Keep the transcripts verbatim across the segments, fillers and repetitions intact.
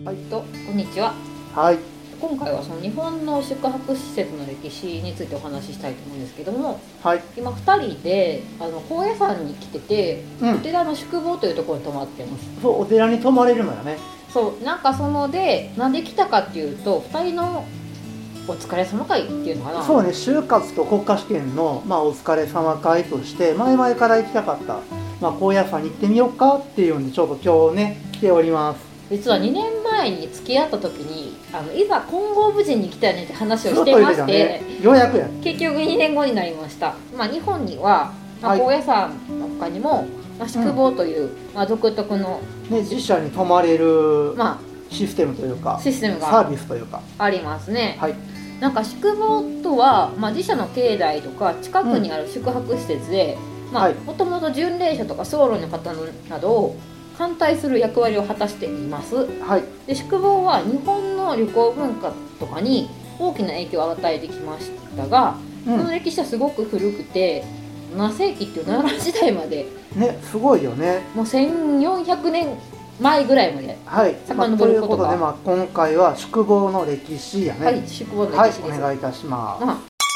はい、 とこんにちは。 はい、 今回はその日本の宿泊施設の歴史についてお話ししたいと思うんですけども、 はい、 今ふたりであの高野山に来てて、 うんお寺の宿坊というところに泊まってます。 そう、お寺に泊まれるのよね。 そうなんかそのでなんで来たかっていうと、ふたりのお疲れ様会っていうのかな。 そうね、就活と国家試験の、まあ、お疲れ様会として前々から行きたかった、まあ、高野山に行ってみようかっていうんでちょうど今日ね来ております。 実はにねんまえに付き合った時にあのいざ金剛無事に来たよねって話をしてまして、 ね、ようやくや結局にねんごになりました。まあ、日本には、まあ、高野山の他にも、まあ、宿坊という、うんまあ、独特の、 ね、自社に泊まれる、 まあ、 システムというかシステムがサービスというかありますね。 はい、 なんか宿坊とは、まあ、自社の境内とか近くにある宿泊施設で、うんまあ、もともと巡礼者とか僧侶の方のなどを歓待する役割を果たしています、 はい、 で宿坊は日本の旅行文化とかに大きな影響を与えてきましたが、うん、その歴史はすごく古くてなな世紀っていう奈良時代までね、すごいよね。 もうせんよんひゃくねんまえぐらいまで遡ることが、 はい、まあ、ということで、まあ、今回は宿坊の歴史やね。 はい、宿坊の歴史です、 はい、お願いいたします、まあ、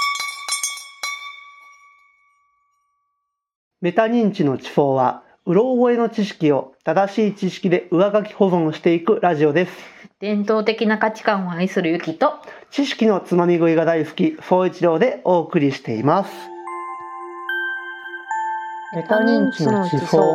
メタ認知の地方はうろ覚えの知識を正しい知識で上書き保存していくラジオです。 伝統的な価値観を愛するゆきと知識のつまみ食いが大好き宗一郎でお送りしています。メタ認知の地方。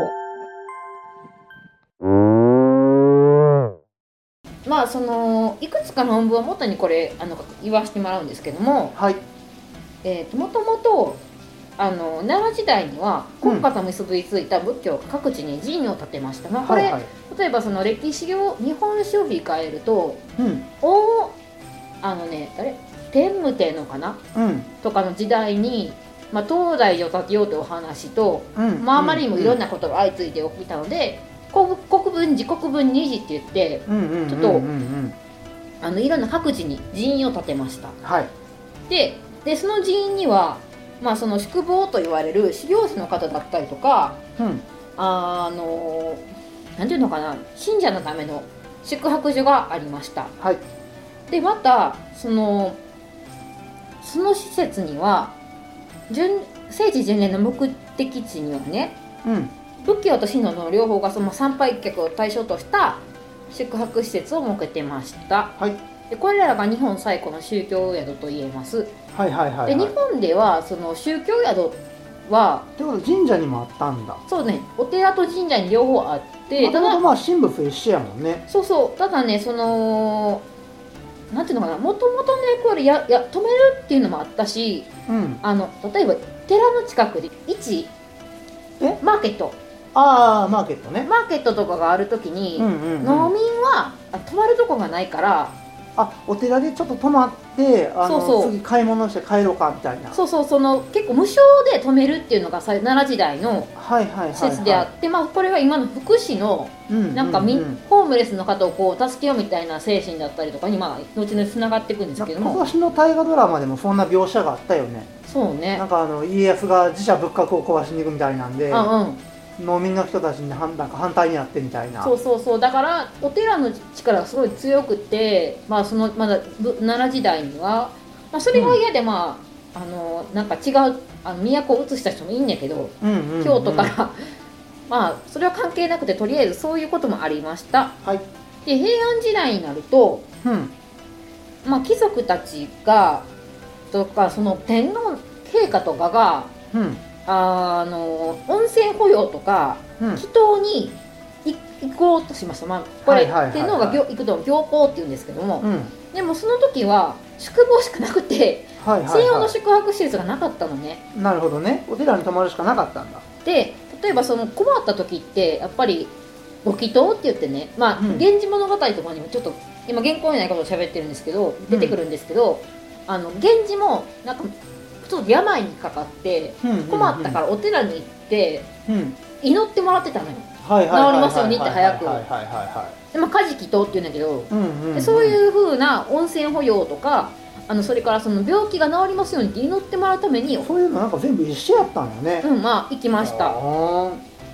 まあそのいくつかの論文を元にこれあの言わせてもらうんですけども、 はい、 えーと、もともとあの奈良時代には国家と結びついた仏教が各地に寺院を建てました、うんまあ、これ、はいはい、例えばその歴史を日本史を振り返ると、うん、大あのねあれ天武天皇かな、うん、とかの時代に、まあ、東大寺を建てようというお話と、うんまあ、あまりにもいろんなことが相次いで起きたので、うん、国分寺国分二寺って言ってちょっとあのいろんな各地に寺院を建てました、はい、で, でその寺院にはまあ、その宿坊と言われる修行僧の方だったりとか、うん、あのなんていうのかな信者のための宿泊所がありました、はい、でまたそのその施設には聖地巡礼の目的地にはね、うん、仏教と神道の両方がその参拝客を対象とした宿泊施設を設けてました、はい、でこれらが日本最古の宗教宿と言えます。はいはいはいはい、で日本ではその宗教宿はってこと神社にもあったんだ。 そうね、お寺と神社に両方あって、 もともとまあ神仏一緒やもんね。 そうそう、ただねそのなんていうのかな、もともとねこれやや止めるっていうのもあったし、うん、あの例えば寺の近くで一マーケットああマーケットねマーケットとかがあるときに、うんうんうん、農民は泊まるとこがないからあお寺でちょっと泊まってあのそうそう次買い物して帰ろうかみたいな。 そうそう、その結構無償で泊めるっていうのが奈良時代の施設であって、まあこれは今の福祉のなんかみ、うんうんうん、ホームレスの方をこう助けようみたいな精神だったりとかにまあ後々つながっていくんですけども、 今年の大河ドラマでもそんな描写があったよね。 そうね、 なんかあの家康が自社仏閣を壊しに行くみたいなんで、うんうん農民の人たちになんか反対になってみたいな。 そうそうそう、だからお寺の力がすごい強くて、まあそのまだ奈良時代には、まあ、それが嫌で、まあ、うん、あのなんか違うあの都を移した人もいいんだけど、うんうんうん、京都からまあそれは関係なくてとりあえずそういうこともありました、はい、で平安時代になると、うんまあ、貴族たちがとかその天皇陛下とかが、うんあの温泉保養とか、うん、祈祷に行こうとしました、まあ、これ天皇が行くと行幸っていうんですけども、うん、でもその時は宿坊しかなくて、はいはいはい、専用の宿泊施設がなかったのね。 なるほどね、お寺に泊まるしかなかったんだ。 で例えばその困った時ってやっぱりご祈祷って言ってね、まあうん、源氏物語とかにもちょっと今原稿にないことを喋ってるんですけど出てくるんですけど、うん、あの源氏もなんかちょっと病にかかって困ったからお寺に行って祈ってもらってたのよ、治りますようにって早く。でまあカジキトって言うんだけど、でそういう風な温泉保養とかあのそれからその病気が治りますようにって祈ってもらうためにそういうのなんか全部一緒やったんよね。 うんまあ行きました。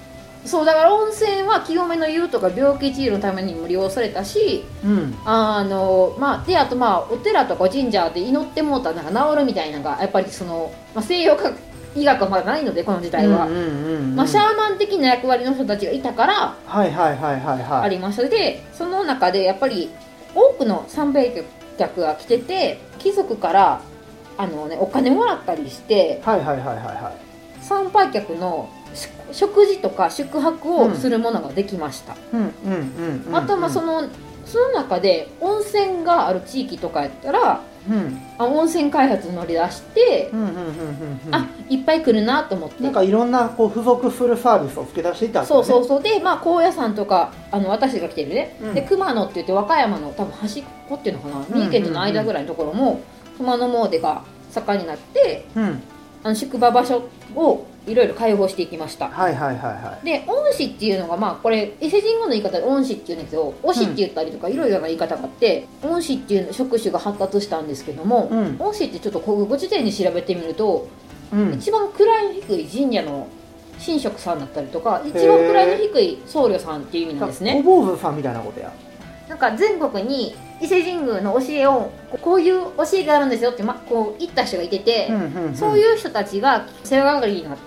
そうだから温泉は清めの湯とか病気治療のためにも利用されたし、 うん、 あのまあであとまあお寺とか神社で祈ってもうたらなんか治るみたいなのがやっぱりその、まあ、西洋科医学はまだないのでこの時代は、まあ、シャーマン的な役割の人たちがいたからはいはいはいはいはいありました。でその中でやっぱり多くの参拝客が来てて貴族からあの、ね、お金もらったりしてはいはいはいはいはい参拝客の食事とか宿泊をするものができました。あとまあそのその中で温泉がある地域とかやったら、うん、あ温泉開発に乗り出して、あいっぱい来るなと思ってなんかいろんなこう付属するサービスを付け出していたんですね。 そうそうそうでまあ高野山とかあの私が来てるね、うん、で熊野って言って和歌山の多分端っこっていうのかな、三重県との間ぐらいのところも熊野詣が盛んになって、うん、あの宿場場所をいろいろ開放していきました。 はいはいはいはい。 で御師っていうのがまあこれ伊勢神宮の言い方で御師っていうんですけど御師って言ったりとかいろいろな言い方があって御師っていう職種が発達したんですけども御師、うん、ってちょっと国語辞典に調べてみると、うん、一番位の低い神社の神職さんだったりとか一番位の低い僧侶さんっていう意味なんですね。 小坊主さんみたいなことや。 なんか全国に伊勢神宮の教えをこういう教えがあるんですよって、ま、こう言った人がいてて、うんうんうん、そういう人たちが世話係になって、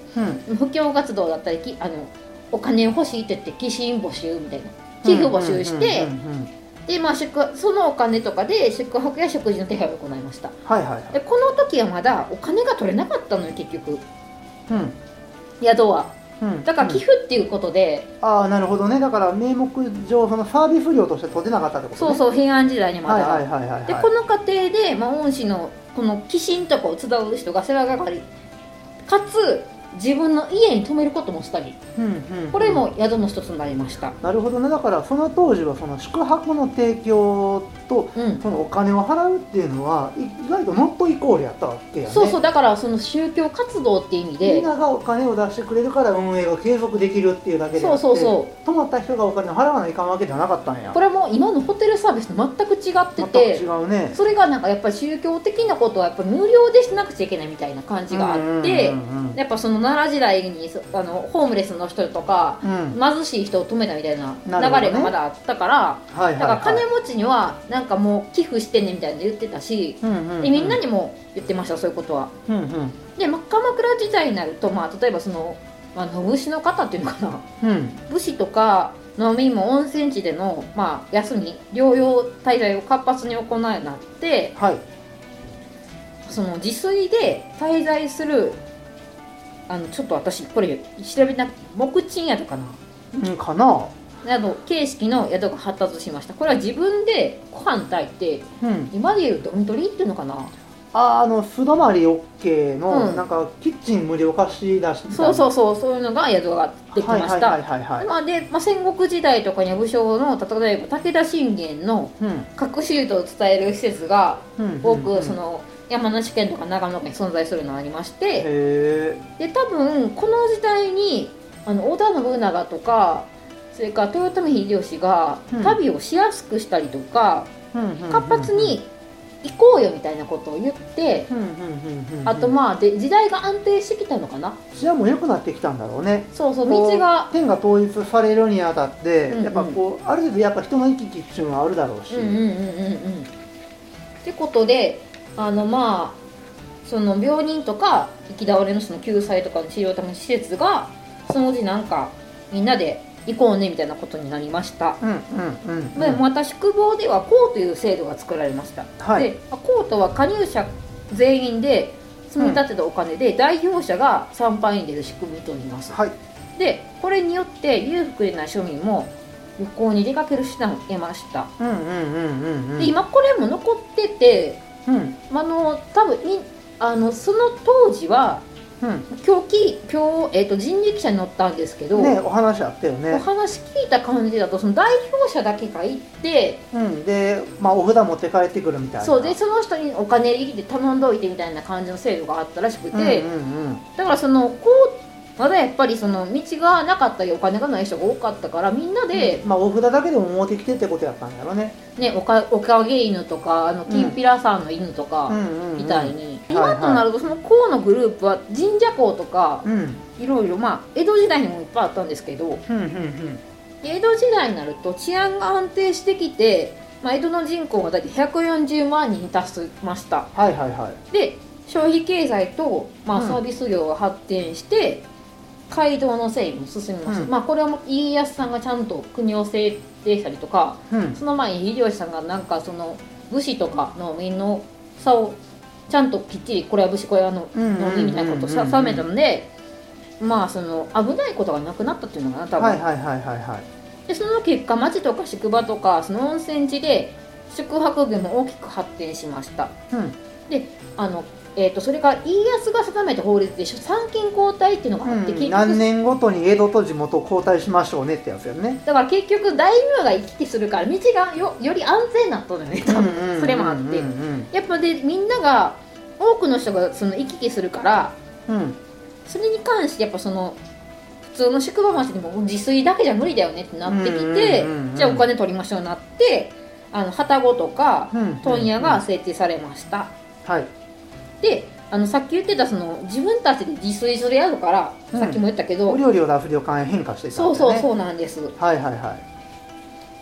うん、布教活動だったりあのお金を欲しいって言って寄進募集みたいな寄付募集してで、まあ、宿そのお金とかで宿泊や食事の手配を行いました、はいはいはい、でこの時はまだお金が取れなかったのよ結局、うん、宿は。うん、だから寄付っていうことで、 うん、ああなるほどね。だから名目上そのサービス料として取れなかったってことね。 そうそう平安時代にまだでこの過程で、まあ、恩師のこの寄進とかを集う人が世話係かつ自分の家に泊めることもしたり、うんうんうん、これも宿の一つになりました。 なるほどね。だからその当時はその宿泊の提供と、うん、そのお金を払うっていうのは意外とノットイコールやったわけやね。 そうそうだからその宗教活動っていう意味でみんながお金を出してくれるから運営が継続できるっていうだけであってそうそうそう泊まった人がお金を払わないかんわけじゃなかったんや。 これも今のホテルサービスと全く違ってて全く違うね。 それがなんかやっぱり宗教的なことはやっぱり無料でしなくちゃいけないみたいな感じがあってやっぱその奈良時代にあのホームレスの人とか、うん、貧しい人を止めたみたいな流れがまだあったから、ねはいはいはい、だから金持ちにはなんかもう寄付してねみたいな言ってたし、うんうんうん、でみんなにも言ってましたそういうことは。うんうん、で、ま、鎌倉時代になると、まあ、例えばその、まあ、武士の方っていうのかな、うん、武士とか農民も温泉地での、まあ、休み療養滞在を活発に行うようになって、はい、その自炊で滞在するあのちょっと私これ調べなくて木賃宿かな、 うん、かな宿形式の宿が発達しました。これは自分でご飯炊いて、うん、今でいうドミトリーっていうのかなああの素泊まり OK の、うん、なんかキッチン無料貸し出してそうそうそうそういうのが宿ができましたで、まあ、戦国時代とかに武将の例えば武田信玄の隠し湯を伝える施設が多くその山梨県とか長野県に存在するのがありましてで多分この時代にあの織田信長とかそれから豊臣秀吉が旅をしやすくしたりとか、うん、活発に行こうよみたいなことを言ってあとまあで時代が安定してきたのかな治安も良くなってきたんだろうね。 そうそう道が天が統一されるにあたって、うんうん、やっぱこうある程度やっぱ人の行き来っていうのはあるだろうしうんうんうんうんってことであのまあその病人とか行き倒れの人の救済とかの治療のための施設がそのうちなんかみんなで行こうねみたいなことになりました。うんうんうんうん、でまた宿坊では公という制度が作られました。はい、で公とは加入者全員で積み立てたお金で代表者が参拝に出る仕組みとなります。はい、でこれによって裕福でない庶民も旅行に出かける手段を得ました。で今これも残ってて、うん、あの多分いあのその当時はうん、今日今日、えー、と人力車に乗ったんですけど、 ね、お話あったよね。 お話聞いた感じだとその代表者だけが行って、 うん、で、まあ、お札持って帰ってくるみたいなそうでその人にお金入れて頼んどいてみたいな感じの制度があったらしくて、うんうんうん、だからそのこまだやっぱりその道がなかったりお金がない人が多かったからみんなで、 うん、まあお札だけでも持ってきてってことやったんやろね。 ね、おかおかげ犬とかあのきんぴらさんの犬とかみたいに、今となるとその河のグループは神社講とか、うん、いろいろまあ江戸時代にもいっぱいあったんですけど、うんうんうん、で江戸時代になると治安が安定してきて、まあ、江戸の人口が大体ひゃくよんじゅうまんにんに達しました。 はいはいはい。 で消費経済と、まあ、サービス業が発展して、うん、街道の整備も進みました、うん、まあこれはもう家康さんがちゃんと国を制定したりとか、うん、その前に秀吉さんがなんかその武士とか農民の差をちゃんときっちりこれは武士これは農民みたいなことを定めたので、まあその危ないことがなくなったっていうのかな多分。はいはいはいはいはい。でその結果町とか宿場とかその温泉地で宿泊業も大きく発展しました、うん、であのえー、とそれから家康が定めた法律で参勤交代っていうのがあって、うん、結局何年ごとに江戸と地元を交代しましょうねってやつよね。だから結局大名が行き来するから道が よ, より安全になったのよね多分。それもあってやっぱでみんなが多くの人がその行き来するから、うん、それに関してやっぱその普通の宿場町でも自炊だけじゃ無理だよねってなってきて、じゃあお金取りましょうになってあの旅籠とか問屋が設置されました、うんうんうん、はい。であのさっき言ってたその自分たちで自炊するやるから、うん、さっきも言ったけどお料理を出す旅館へ変化していたんだよね。そうそうそうなんです。 はいはいはい。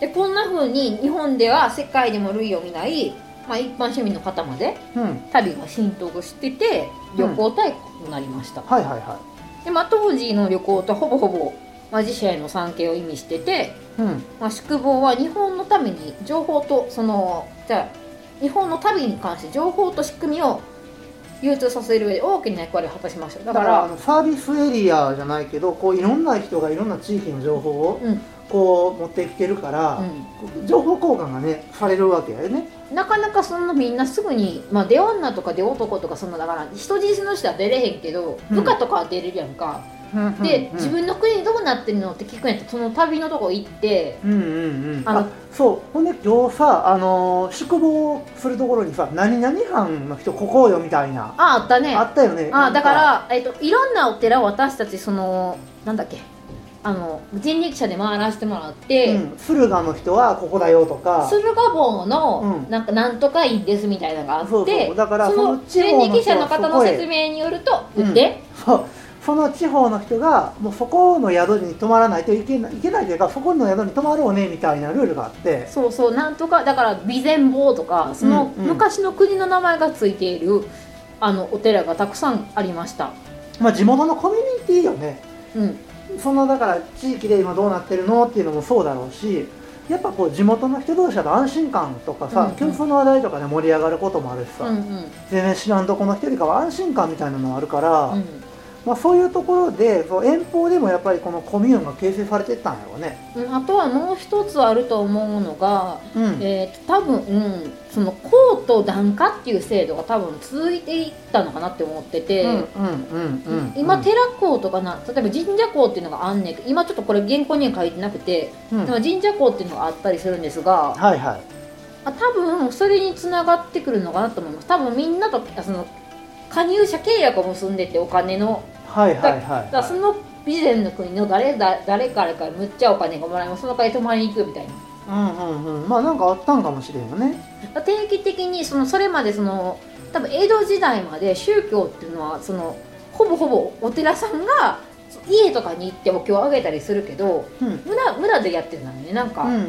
でこんな風に日本では世界でも類を見ない、まあ、一般市民の方まで、うん、旅が浸透してて旅行大国になりました、うん、はいはいはい。で、まあ、当時の旅行とほぼほぼマジシャンの参詣を意味してて、うんまあ、宿坊は日本のために情報とそのじゃあ日本の旅に関して情報と仕組みを流通させる上で大きな役割を果たしました。だから、だからあのサービスエリアじゃないけどこういろんな人がいろんな地域の情報をこう持ってきてるから、うん、情報交換がねされるわけやよね。 なかなかそのみんなすぐに、まあ、出女とか出男とかそんなだから人質の人は出れへんけど、うん、部下とかは出れるやんか、うん、で、うん、自分の国どうなってるのって聞くんやったらその旅のとこ行ってうんうんうんあのあそうほんで今日さ、あのー、宿坊するところにさ何々藩の人ここよみたいなああったねあったよね。 あだから、えっと、いろんなお寺を私たちそのなんだっけあの人力車で回らせてもらって、 うん、駿河の人はここだよとか駿河坊の、うん、なんかなんとかいいんですみたいなのがあってそうそうだからその人力車の方の説明によると言って、 うん、そうその地方の人がもうそこの宿に泊まらないといけない、いけないというかそこの宿に泊まろうねみたいなルールがあってそうそうなんとかだから備前坊とかその昔の国の名前がついている、うんうん、あのお寺がたくさんありました。 まあ地元のコミュニティよね。うんそのだから地域で今どうなってるのっていうのもそうだろうしやっぱこう地元の人同士だと安心感とかさ、うんうん、共通の話題とかで盛り上がることもあるしさ、うんうん、全然知らんとこの人よりかは安心感みたいなのがあるから、うんまあ、そういうところでそう遠方でもやっぱりこのコミューンが形成されていったんやろうね。 あとはもう一つあると思うのが、うんえー、多分、うん、その公と檀家っていう制度が多分続いていったのかなって思ってて今寺公とかな例えば神社公っていうのがあんねんけど今ちょっとこれ原稿には書いてなくて、うん、神社公っていうのがあったりするんですが、はいはい、多分それにつながってくるのかなと思います。多分みんなとその加入者契約を結んでてお金のはいはいはい、はい、だその備前の国の誰だ誰からかむっちゃお金がもらえますその会泊まりに行くみたいなうんうんうんまあなんかあったんかもしれんよね。 定期的にそのそれまでその多分江戸時代まで宗教っていうのはそのほぼほぼお寺さんが家とかに行ってお経をあげたりするけど、うん、村, 村でやってるのねなんか、うんうんうん、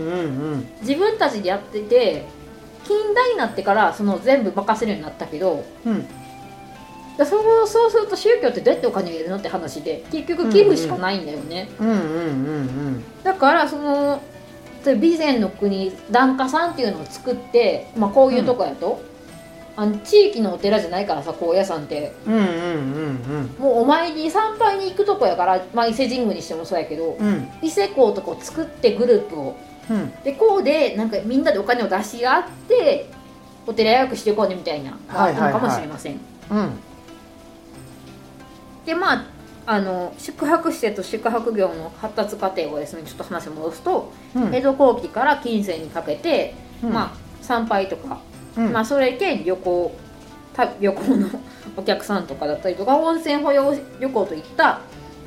自分たちでやってて近代になってからその全部任せるようになったけど、うんだそうそうすると宗教ってどうやってお金を入れるのって話で結局寄付しかないんだよね。だからその備前の国檀家さんっていうのを作って、まあ、こういうとこやと、うん、あの地域のお寺じゃないからさ高野山って、うんうんうんうん、もうお参り参拝に行くとこやから、まあ、伊勢神宮にしてもそうやけど、うん、伊勢港とかを作ってグループを、うん、でこうでなんかみんなでお金を出し合ってお寺予約していこうねみたいなのがあったのかもしれません。はいはいはいうんでまあ、あの宿泊施設と宿泊業の発達過程をですねちょっと話を戻すと、うん、江戸後期から近世にかけて、うんまあ、参拝とか、うんまあ、それ兼旅行旅行のお客さんとかだったりとか温泉保養旅行といった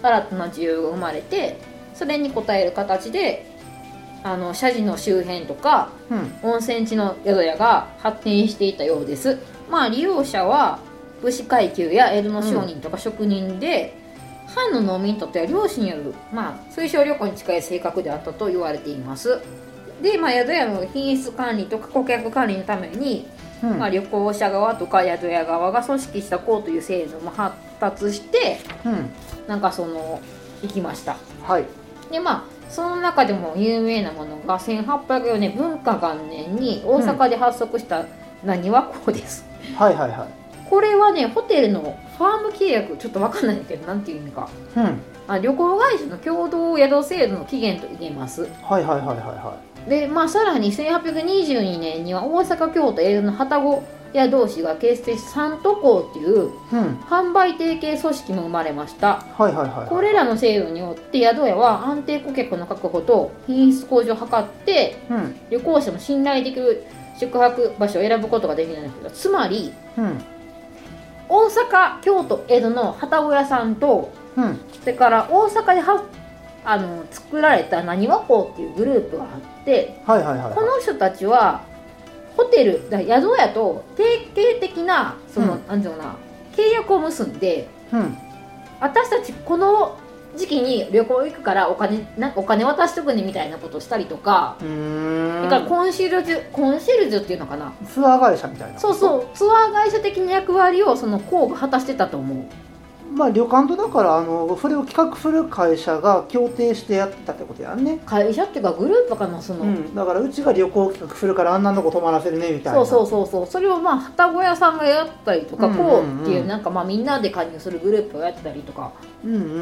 新たな需要が生まれて、それに応える形であの社寺の周辺とか、うん、温泉地の宿屋が発展していたようです。まあ利用者は武士階級や江戸の商人とか職人で、うん、藩の農民にとっては漁師による、まあ、推奨旅行に近い性格であったと言われています。で、まあ、宿屋の品質管理とか顧客管理のために、うんまあ、旅行者側とか宿屋側が組織したこうという制度も発達して、うん、なんかその行きました。 はい。 でまあその中でも有名なものがせんはっぴゃくよねん文化元年に大阪で発足したなにわ港です、 うん、はいはいはい。 これはねホテルのファーム契約、ちょっと分かんないんだけどなんていう意味か、うん、あ旅行会社の共同宿制度の起源と言えます。 はいはいはいはいはい。 でまあさらにせんはっぴゃくにじゅうにねんには大阪京都江戸の旅籠屋同士が結成し三都港っていう、うん、販売提携組織も生まれました。 はいはいはいはい、 これらの制度によって宿屋は安定顧客の確保と品質向上を図って、うん、旅行者も信頼できる宿泊場所を選ぶことができるんですけど、つまり、うん、大阪京都江戸の旅籠屋さんと、うん、それから大阪ではあの作られたなにわ港っていうグループがあって、はいはいはいはい、この人たちはホテルだ宿屋と定型的なその、うん、なんていうのかな契約を結んで、うん、私たちこの時期に旅行行くからお金なんかお金渡しとくねみたいなことをしたりとか、うーんだからコンシェルジュコンシェルジュっていうのかな、 ツアー会社みたいな。 そうそうツアー会社的な役割をその港が果たしてたと思う。 まあ旅館とだからあのそれを企画する会社が協定してやってたってことやんね。 会社っていうかグループかなその、 うん、だからうちが旅行企画するからあんなとこ泊まらせるねみたいな。 そうそうそうそう、それをまあ旅籠屋さんがやったりとか、うんうんうん、こうっていうなんかまあみんなで加入するグループをやったりとか、 うんうんうん、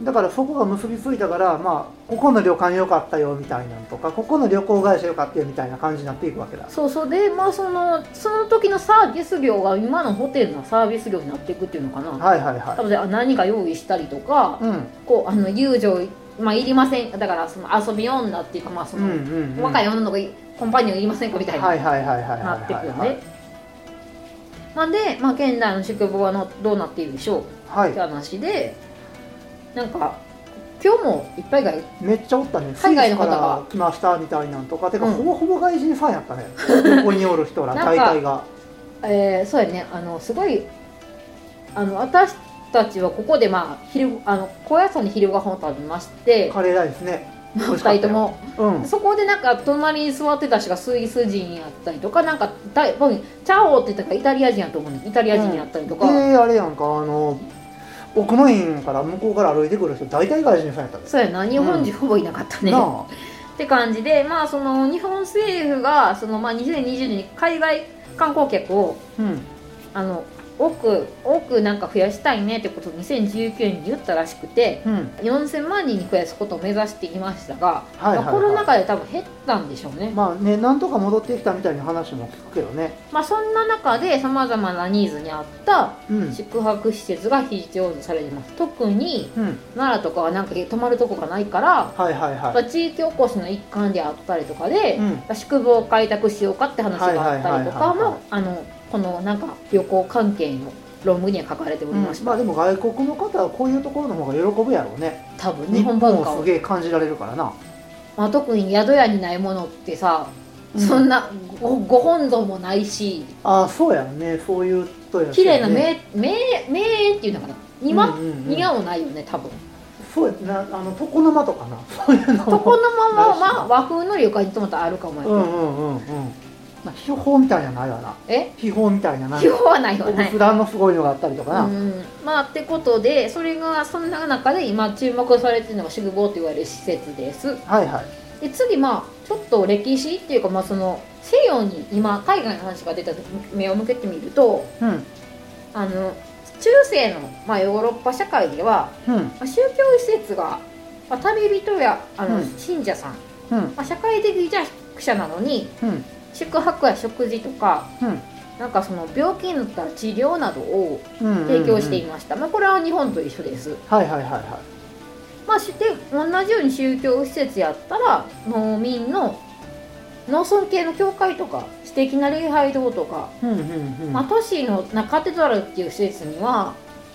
だからそこが結びついたからまあここの旅館良かったよみたいなのとかここの旅行会社良かったよみたいな感じになっていくわけだ。 そうそうでまあそのその時のサービス業が今のホテルのサービス業になっていくっていうのかな。 はいはいはい。 多分何か用意したりとか、うん、こうあの友情まあいりませんだからその遊び女っていうかまあその、うんうんうん、若い女の子コンパニオンいりませんかみたいななってくよね。まあでまあ現代の宿坊はのどうなっているでしょう、はい、って話でなんか今日もいっぱいがめっちゃおったね。海外の方が来ましたみたいなんとか、てか、うん、ほぼほぼ外人ファンやったね。ここにおる人ら大体が。 えー、そうやねあのすごいあの私たちはここでまあ昼あの高野山に昼ご飯を食べまして、 カレーライスね。 ふたりとも、うん、そこでなんか隣に座ってた人がスイス人やったりとかなんかたチャオって言ったからイタリア人やと思うねイタリア人やったりとか、 うん、であれやんかあの奥の院から向こうから歩いてくる人大体外人さんやったで。 そうやな日本人ほぼいなかったね、うん、って感じでまあその日本政府がそのまあにせんにじゅうねんに海外観光客を、うん、あの多く多くなんか増やしたいねってことをにせんじゅうきゅうねんに言ったらしくて、うん、よんせんまんにんに増やすことを目指していましたが、はいはいはいまあ、コロナ禍で多分減ったんでしょうね。 まあねなんとか戻ってきたみたいな話も聞くけどね。 まあそんな中でさまざまなニーズに合った宿泊施設が必要とされています、うん、特に、うん、奈良とかはなんか泊まるとこがないから、はいはいはい、地域おこしの一環であったりとかで、うん、宿坊を開拓しようかって話があったりとかもあのこのなんか旅行関係の論文には書かれておりました、 うん、まあでも外国の方はこういうところの方が喜ぶやろうね。 多分日本文化をすげえ感じられるからな、 まあ、特に宿屋にないものってさ、うん、そんな ご, ご本尊もないしああそうやねそういうとや、ね、 綺麗な名名名園っていうのかな庭、うんうんうん、庭もないよね多分。 そうやなあの床の間とかなそういうの床の間も、まあ、和風の旅館に泊まったらあるかもやけど、うんうんうんうんまあ、秘宝みたいなのないわな。 え秘宝みたいな秘宝はないわね。 普段のすごいのがあったりとかな。 うんまあってことでそれがそんな中で今注目されているのが宿坊と言われる施設です。 はいはい。 で次まあちょっと歴史っていうかまあその西洋に今海外の話が出た目を向けてみると、うん、あの中世の、まあ、ヨーロッパ社会では、うんまあ、宗教施設が、まあ、旅人やあの、うん、信者さん、うんまあ、社会的弱者なのに、うん宿泊や食事とか、うん、なんかその病気になったら治療などを提供していました、うんうんうんまあ、これは日本と一緒です。 はいはいはいはい。 まあして同じように宗教施設やったら農民の農村系の教会とか私的な礼拝堂とか、うんうんうんまあ、都市のカテドラルっていう施設には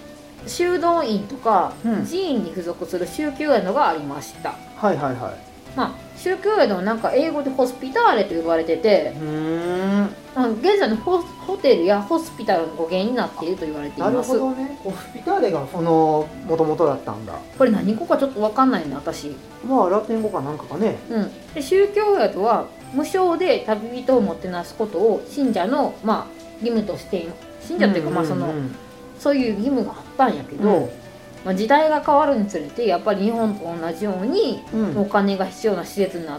修道院とか、 うん、 寺院に付属する宗教宿がありました。 はいはいはい。 まあ、宗教宿はなんか英語でホスピターレと呼ばれてて、 うーん、 まあ、現在の ホ, ホテルやホスピタルの語源になっていると言われています。 なるほどね。ホスピターレがそのもともとだったんだ。 これ何語かちょっと分かんないんだ私。 まあラテン語かなんかかね。 うん、で宗教宿は無償で旅人をもてなすことを信者の、まあ、義務として信者というか、まあそのそういう義務があったんやけど、うん、まあ、時代が変わるにつれてやっぱり日本と同じようにお金が必要な施設になって、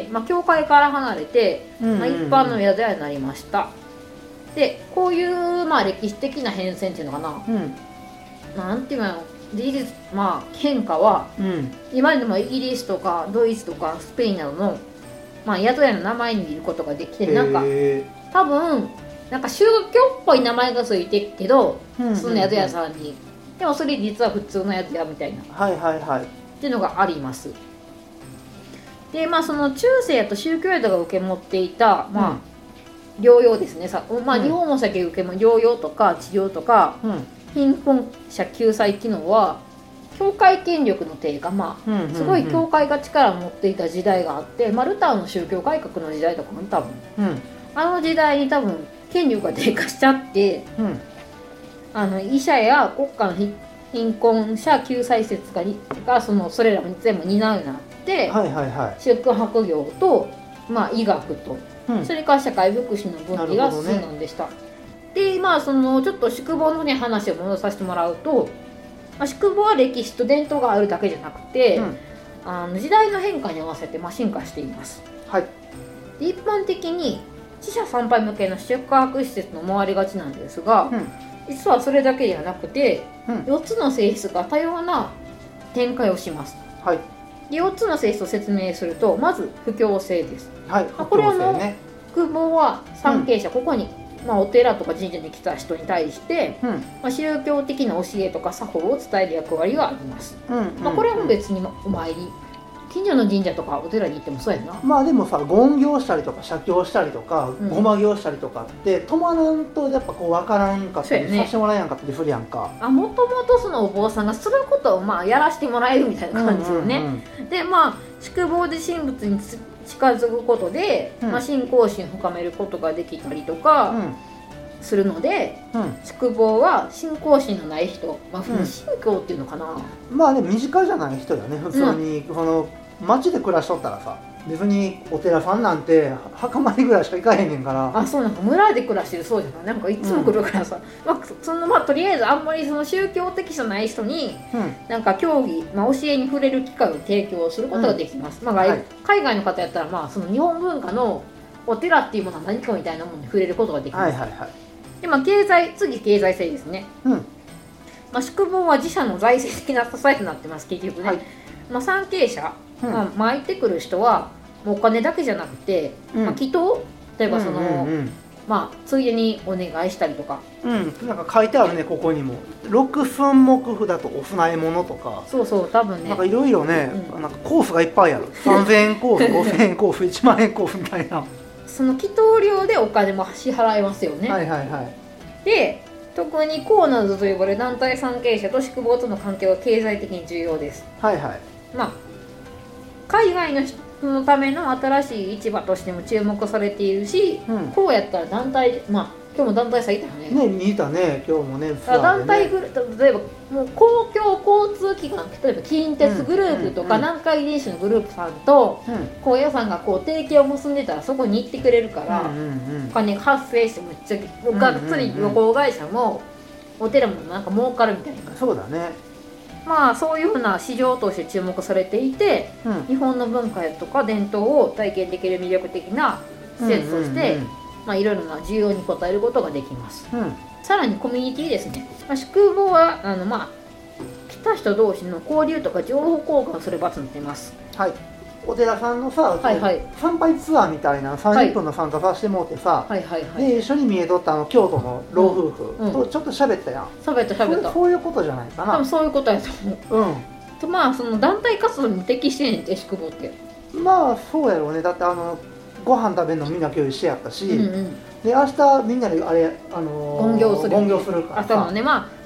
まあ、教会から離れて、まあ、一般の宿屋になりました。でこういう、まあ、歴史的な変遷っていうのかな、うん、なんていうの事実、まあ、変化は、うん、今でもイギリスとかドイツとかスペインなどの、まあ、宿屋の名前に見ることができて、なんか多分なんか宗教っぽい名前がついてるけど、うんうんうん、その宿屋さんにでもそれ実は普通の宿屋みたいな、 はいはいはい、 っていうのがあります。でまあその中世と宗教宿が受け持っていた、まあ、うん、療養ですねさ、まあ、日本も先受けも療養とか治療とか、うん、貧困者救済機能は教会権力の低下、まあ、うんうんうん、すごい教会が力を持っていた時代があって、まあ、ルターの宗教改革の時代とかも多分、うん、あの時代に多分権力が低下しちゃって、うん、あの医者や国家の貧困者救済施設ががそのそれらを全部担うようになって、はいはいはい、宿泊業と、まあ、医学と、うん、それから社会福祉の分離が進んだんでした。でまあそのちょっと宿坊のね話を戻させてもらうと、まあ、宿坊は歴史と伝統があるだけじゃなくて、うん、あの時代の変化に合わせて、まあ、進化しています。はい、で一般的に死者参拝向けの宿泊施設の思われがちなんですが、うん、実はそれだけではなくて、うん、よっつの性質が多様な展開をします。はい、でよっつの性質を説明すると、まず布教性です。はい、不教性ね。これはの宿坊は参詣者、うん、ここに、まあ、お寺とか神社に来た人に対して、うん、まあ、宗教的な教えとか作法を伝える役割があります。うんうんうん、まあ、これは別にお参り、近所の神社とかお寺に行ってもそうやな。 まあでもさ、言行したりとか写経したりとか、うん、ごま行したりとかって止まらんとやっぱこう分からんかったり、ね、させてもらえやんかったりするやんか。 あ、もともとそのお坊さんがすることをまあやらせてもらえるみたいな感じよね。うんうんうん、でまあ宿坊で神仏に近づくことで、うん、まあ、信仰心を深めることができたりとか、うん、するので、うん、宿坊は信仰心のない人、まあ、不信教っていうのかな、 うん、まあでも身近じゃない人だね普通に、うん、この街で暮らしとったらさ、別にお寺さんなんて墓参りぐらいしか行かへんねんから。 あ、そう、なんか村で暮らしてるそうじゃない、なんかいつも来るからさ、うん、まあ、そのまあとりあえずあんまりその宗教的じゃない人に、うん、なんか教義、まあ、教えに触れる機会を提供することができます。うん、まあ、はい、海外の方やったらまあその日本文化のお寺っていうものは何かみたいなものに触れることができます。はいはいはい。でまあ経済、次経済性ですね。うん、まあ、宿坊は自社の財政的な支えとなってます結局ね。はい、まあ、参詣者、うん、まあ、巻いてくる人はもうお金だけじゃなくて、うん、まあ、祈祷、例えばその、うんうんうん、まあ、ついでにお願いしたりとか、 うん、なんか書いてあるね、ここにも六寸木符だとお供え物とか、 そうそう多分ね、 なんかいろいろね、うん、なんかコースがいっぱいあるさんぜんえんコースごせんえんコースいちまんえんコースみたいなその祈祷料でお金も支払えますよね。 はいはいはい。で特にコーナーズと呼ばれる団体参詣者と宿坊との関係は経済的に重要です。はいはい。まあ海外の人のための新しい市場としても注目されているし、うん、こうやったら団体、まあ今日も団体さんいたよね。 ね、見たね、今日もね。ツアーでね、 団体グループ、例えばもう公共交通機関、例えば近鉄グループとか、うん、南海電子のグループさんと、うん、高野山がこう提携を結んでたらそこに行ってくれるから、うんうんうん、お金が発生してめっちゃがっつり旅行会社もお寺もなんか儲かるみたいな。 そうだね。 まあそういうふうな市場として注目されていて、うん、日本の文化とか伝統を体験できる魅力的な施設として、うんうんうん、まあ、いろいろな需要に応えることができます。うん、さらにコミュニティですね。まあ、宿坊はあの、まあ、来た人同士の交流とか情報交換をする場となっています。はい。 お寺さんのさ、はいはい、参拝ツアーみたいなさんじゅっぷんの参加させてもらってさ、はいはいはいはい、で一緒に見えとったあの京都の老夫婦とちょっと喋ったやん。 喋った喋った。 そういうことじゃないかな。 多分そういうことやと思う。うん。とまあその団体活動に適してんねんって宿坊って。 まあそうやろうね。だってあのご飯食べるのみんな共有してやったし、うんうん、で明日みんなであれあのー、 言行する言行するからさ。 朝のね、まあ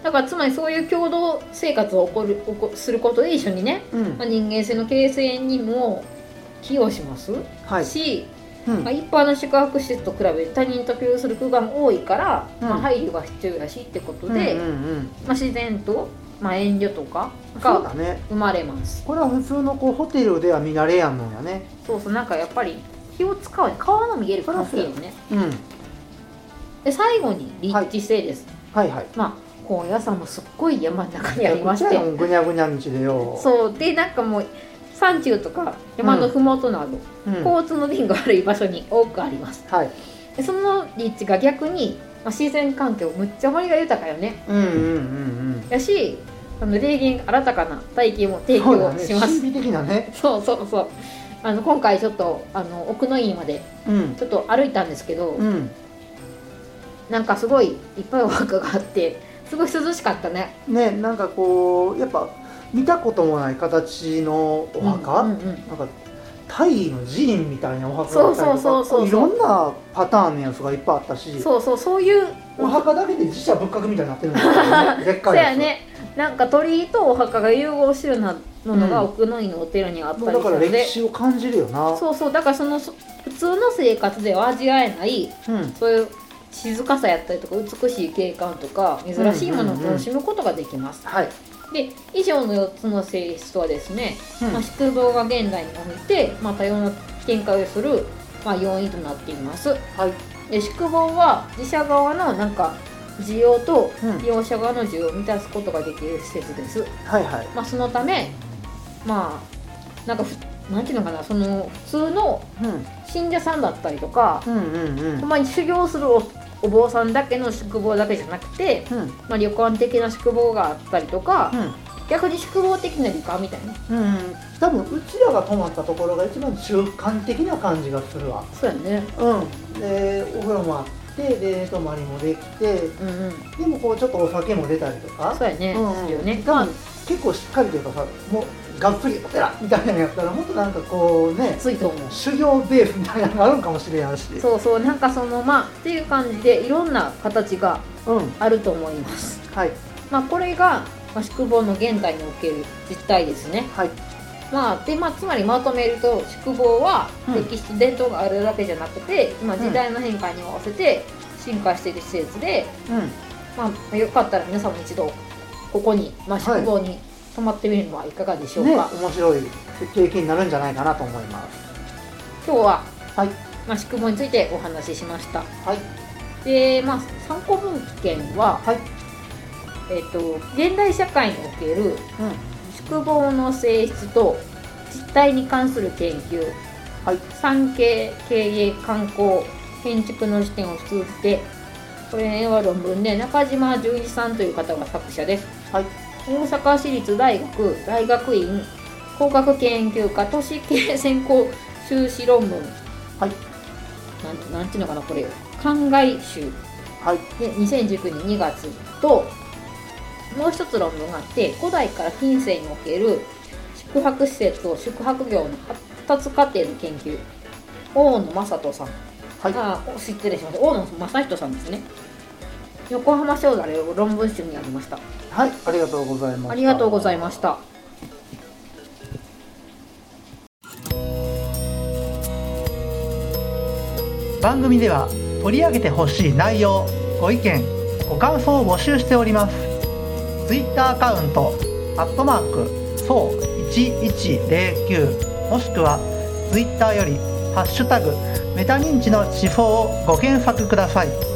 だからつまりそういう共同生活を起こる起こすることで一緒にね、 うんまあ、人間性の形成にも寄与します、 はいし、 うんまあ、一般の宿泊施設と比べて他人と共有する空間が多いから、 うんまあ、配慮が必要やしってことで、 うんうんうんまあ、自然と、まあ、遠慮とかがそうだね。 生まれます。 これは普通のこうホテルでは見慣れやんのやね。 そうそうなんかやっぱり気を使うね顔の見える関係よね。 うんで最後に立地性です、 はいはい。 まあ高野山もすっごい山の中にありましこちらて、 もぐにゃぐにゃ道でよ。 そうでなんかもう山中とか山のふもとなど、 うん。はい交通の便が悪い場所に多くあります。でその立地が逆に、まあ、自然環境むっちゃ森が豊かよね。 うんうんうんうん。 やしあの霊験新たかな体験も提そうだね。 供します。 神秘的なね。 そうそうそうあの今回ちょっとあの奥の院までうんちょっと歩いたんですけど、 うん。 なんかすごいいっぱいお墓があってすごい涼しかったね。 ね、なんかこうやっぱ見たこともない形のお墓、 うんうんうんなんかタイの寺院みたいなお墓そうがあったりそうそうそうとか、いろんなパターンのやつがいっぱいあったし、 そうそうそういうお墓だけで自社仏閣みたいになってるんですよね。でっそうかいやつ。 やねなんか鳥居とお墓が融合してるようなものが奥の院のお寺にあったりもうだからしたので、 歴史を感じるよな。 そうそうだからそのそ普通の生活では味わえないうん。 そういう静かさやったりとか美しい景観とか珍しいものを楽しむことができます、 はい。 で以上のよっつの性質はですね、 うんまあ、宿坊が現代において、まあ、多様な展開をする、まあ、要因となっています。 はい。 で宿坊は自社側のなんか需要とうん利用者側の需要を満たすことができる施設です、 はいはい。 まあ、そのためまあなんかふなんていうのかなその普通のうん信者さんだったりとか、 うんうんうんほんまに修行するおお坊さんだけの宿坊だけじゃなくて、 うんまあ、旅館的な宿坊があったりとか、 うん逆に宿坊的な旅館みたいな。 うん、多分うちらが泊まったところが一番中間的な感じがするわ。 そうやね。 うん。でお風呂もあってで泊まりもできて、 うんうん。 でもこうちょっとお酒も出たりとか。 そうやね。 うんするよね。 多まあ分結構しっかりというかさ、もうがっつりお寺みたいなのやったらもっとなんかこうね、 ついと思う。 修行ベースみたいなのがあるんかもしれんし。 そうそうなんかそのまあっていう感じでいろんな形がうん。 あると思います。 はいまあこれが、まあ、宿坊の現代における実態ですね。 はい。 まあでまあつまりまとめると宿坊はうん歴史と伝統があるだけじゃなくて、今時代の変化に合わせて進化している施設で、 うん。 まあよかったら皆さんも一度ここに、まあ、 はい宿坊に泊まってみるのはいかがでしょうね、 か。 面白い経験になるんじゃないかなと思います。 今日は、 はいまあ、宿坊についてお話ししました。 はいでまあ参考文献は、 はい。 えっと現代社会におけるうん。 宿坊の性質と実態に関する研究、 はい産経経営観光建築の視点を通じて、これは論文で中島純一さんという方が作者です。 はい。 大阪市立大学大学院工学研究科都市系専攻修士論文、 はいなんなんていうのかなこれ灌漑集はい。 でにせんじゅうきゅうねんにがつと、もう一つ論文があって古代から近世における宿泊施設と宿泊業の発達過程の研究、大野正人さん、 はい。 あ失礼しました大野正人さんですね。横浜商大の論文集にありました。 はい、ありがとうございました。 ありがとうございました。 番組では取り上げてほしい内容、ご意見、ご感想を募集しております。ツイッターアカウントアットマークソウいちいちゼロきゅうもしくはツイッターよりハッシュタグメタ認知の地方をご検索ください。